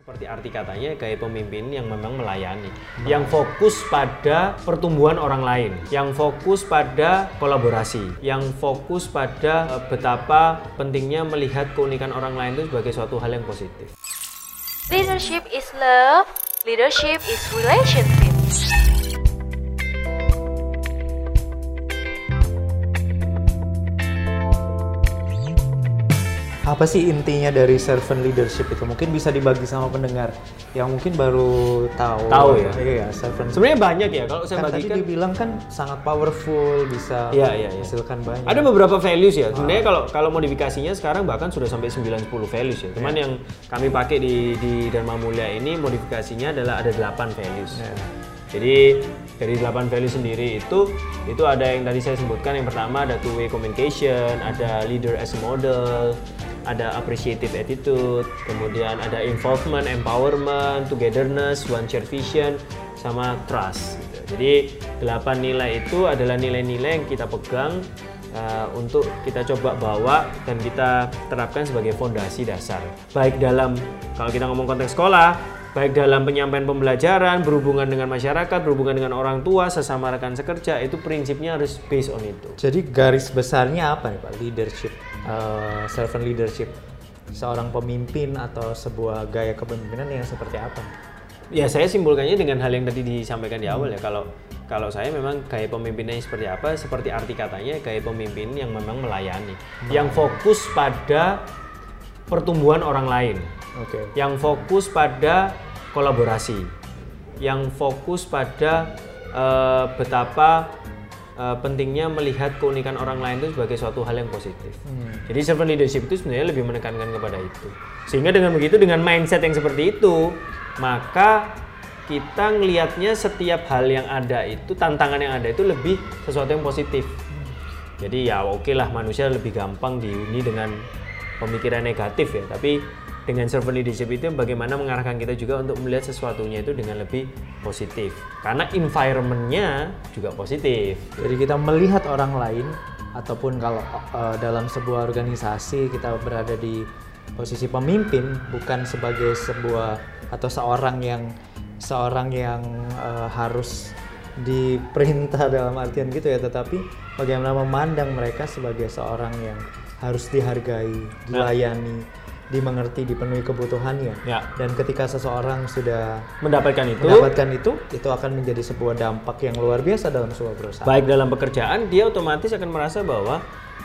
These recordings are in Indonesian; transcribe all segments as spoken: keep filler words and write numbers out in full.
Seperti arti katanya, gaya pemimpin yang memang melayani, nah. yang fokus pada pertumbuhan orang lain, yang fokus pada kolaborasi, yang fokus pada uh, betapa pentingnya melihat keunikan orang lain itu sebagai suatu hal yang positif. Leadership is love, leadership is relationship. Apa sih intinya dari servant leadership itu? Mungkin bisa dibagi sama pendengar yang mungkin baru tahu. Tahu ya? Iya, servant. Sebenarnya banyak ya kalau saya kan bagikan. Tadi dibilang kan sangat powerful, bisa iya, iya, iya. menghasilkan banyak. Ada beberapa values ya. Sebenarnya wow. kalau kalau modifikasinya sekarang bahkan sudah sampai sembilan sepuluh values ya. Cuman yeah. yang kami pakai di di Dharma Mulia ini modifikasinya adalah ada delapan values. Yeah. Jadi dari delapan value sendiri itu itu ada yang tadi saya sebutkan. Yang pertama ada two way communication, ada leader as a model, ada appreciative attitude, kemudian ada involvement, empowerment, togetherness, one shared vision, sama trust. Gitu. Jadi delapan nilai itu adalah nilai-nilai yang kita pegang uh, untuk kita coba bawa dan kita terapkan sebagai fondasi dasar. Baik dalam, kalau kita ngomong konteks sekolah, baik dalam penyampaian pembelajaran, berhubungan dengan masyarakat, berhubungan dengan orang tua, sesama rekan sekerja, itu prinsipnya harus based on itu. Jadi garis besarnya apa nih Pak? Leadership, uh, servant leadership, seorang pemimpin atau sebuah gaya kepemimpinan yang seperti apa? Ya saya simpulkannya dengan hal yang tadi disampaikan di awal ya. Kalau kalau saya memang gaya pemimpinnya seperti apa? Seperti arti katanya, gaya pemimpin yang memang melayani, hmm. yang fokus pada pertumbuhan orang lain. Okay. Yang fokus pada kolaborasi, yang fokus pada uh, betapa uh, pentingnya melihat keunikan orang lain itu sebagai suatu hal yang positif. Hmm. Jadi servant leadership itu sebenarnya lebih menekankan kepada itu. Sehingga dengan begitu, dengan mindset yang seperti itu, maka kita ngelihatnya setiap hal yang ada itu, tantangan yang ada itu lebih sesuatu yang positif. Hmm. Jadi ya oke lah, manusia lebih gampang dihuni dengan pemikiran negatif ya, tapi dengan servant leadership itu bagaimana mengarahkan kita juga untuk melihat sesuatunya itu dengan lebih positif. Karena environment-nya juga positif. Jadi kita melihat orang lain, ataupun kalau uh, dalam sebuah organisasi kita berada di posisi pemimpin, bukan sebagai sebuah atau seorang yang seorang yang uh, harus diperintah dalam artian gitu ya, tetapi bagaimana memandang mereka sebagai seorang yang harus dihargai, dilayani, dimengerti, dipenuhi kebutuhannya. Ya. Dan ketika seseorang sudah mendapatkan itu, mendapatkan itu, itu akan menjadi sebuah dampak yang luar biasa dalam sebuah perusahaan. Baik dalam pekerjaan, dia otomatis akan merasa bahwa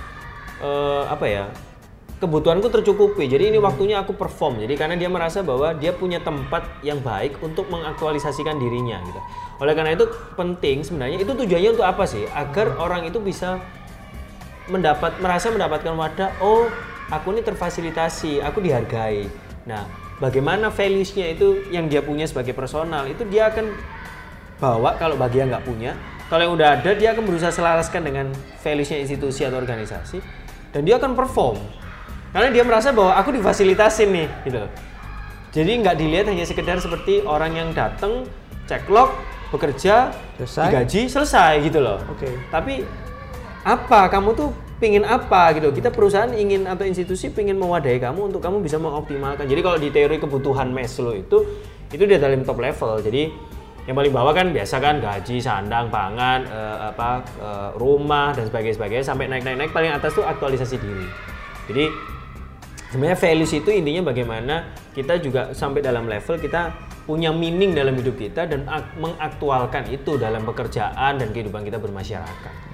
uh, apa ya, kebutuhanku tercukupi. Jadi ini hmm. waktunya aku perform. Jadi karena dia merasa bahwa dia punya tempat yang baik untuk mengaktualisasikan dirinya. Gitu. Oleh karena itu penting sebenarnya, itu tujuannya untuk apa sih? Agar hmm. orang itu bisa mendapat merasa mendapatkan wadah. Oh, aku ini terfasilitasi, aku dihargai. Nah, bagaimana values-nya itu yang dia punya sebagai personal, itu dia akan bawa kalau bagi yang nggak punya. Kalau yang udah ada, dia akan berusaha selaraskan dengan values-nya institusi atau organisasi, dan dia akan perform. Karena dia merasa bahwa aku difasilitasin nih, gitu. Jadi nggak dilihat hanya sekedar seperti orang yang datang, cek log, bekerja, selesai. Digaji, selesai gitu loh. Oke. Okay. Tapi apa, kamu tuh pingin apa gitu. Kita perusahaan ingin atau institusi pingin mewadahi kamu untuk kamu bisa mengoptimalkan. Jadi kalau di teori kebutuhan Maslow itu itu dia dalam top level. Jadi yang paling bawah kan biasa kan gaji, sandang, pangan, eh, apa eh, rumah dan sebagainya sampai naik-naik-naik, paling atas tuh aktualisasi diri. Jadi sebenarnya values itu intinya bagaimana kita juga sampai dalam level kita punya meaning dalam hidup kita dan ak- mengaktualkan itu dalam pekerjaan dan kehidupan kita bermasyarakat.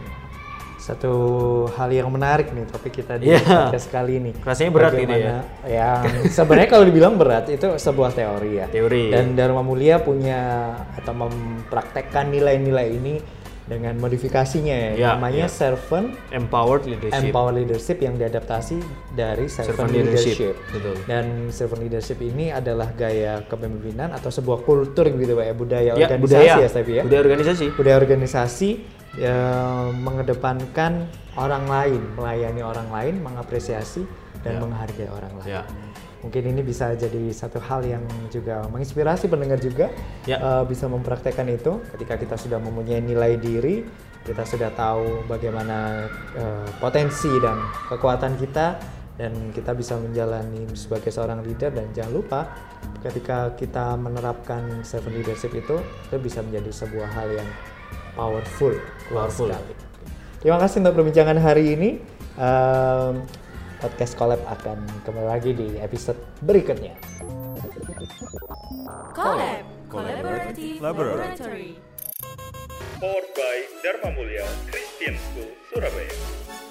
Satu hal yang menarik nih topik kita di yeah. podcast kali ini. Rasanya berat ini ya. Yang sebenarnya kalau dibilang berat itu sebuah teori ya. Teori. Dan Dharma Mulia punya atau mempraktekkan nilai-nilai ini dengan modifikasinya ya. Yeah, namanya yeah. servant empowered leadership. Empowered leadership yang diadaptasi dari servant, servant leadership. leadership. Dan servant leadership ini adalah gaya kepemimpinan atau sebuah kultur gitu Pak ya, budaya yeah, organisasi budaya. ya tapi ya. Budaya organisasi. Budaya organisasi yang mengedepankan orang lain, melayani orang lain, mengapresiasi dan ya. menghargai orang lain. Ya. Mungkin ini bisa jadi satu hal yang juga menginspirasi pendengar juga ya. uh, bisa mempraktekkan itu ketika kita sudah mempunyai nilai diri, kita sudah tahu bagaimana uh, potensi dan kekuatan kita dan kita bisa menjalani sebagai seorang leader. Dan jangan lupa ketika kita menerapkan servant leadership itu, itu bisa menjadi sebuah hal yang powerful, Powerful. sekali. Terima kasih untuk perbincangan hari ini. Um, podcast Collab akan kembali lagi di episode berikutnya. Collab, Collaborative Laboratory. Powered by Dharma Mulia Christian School, Surabaya.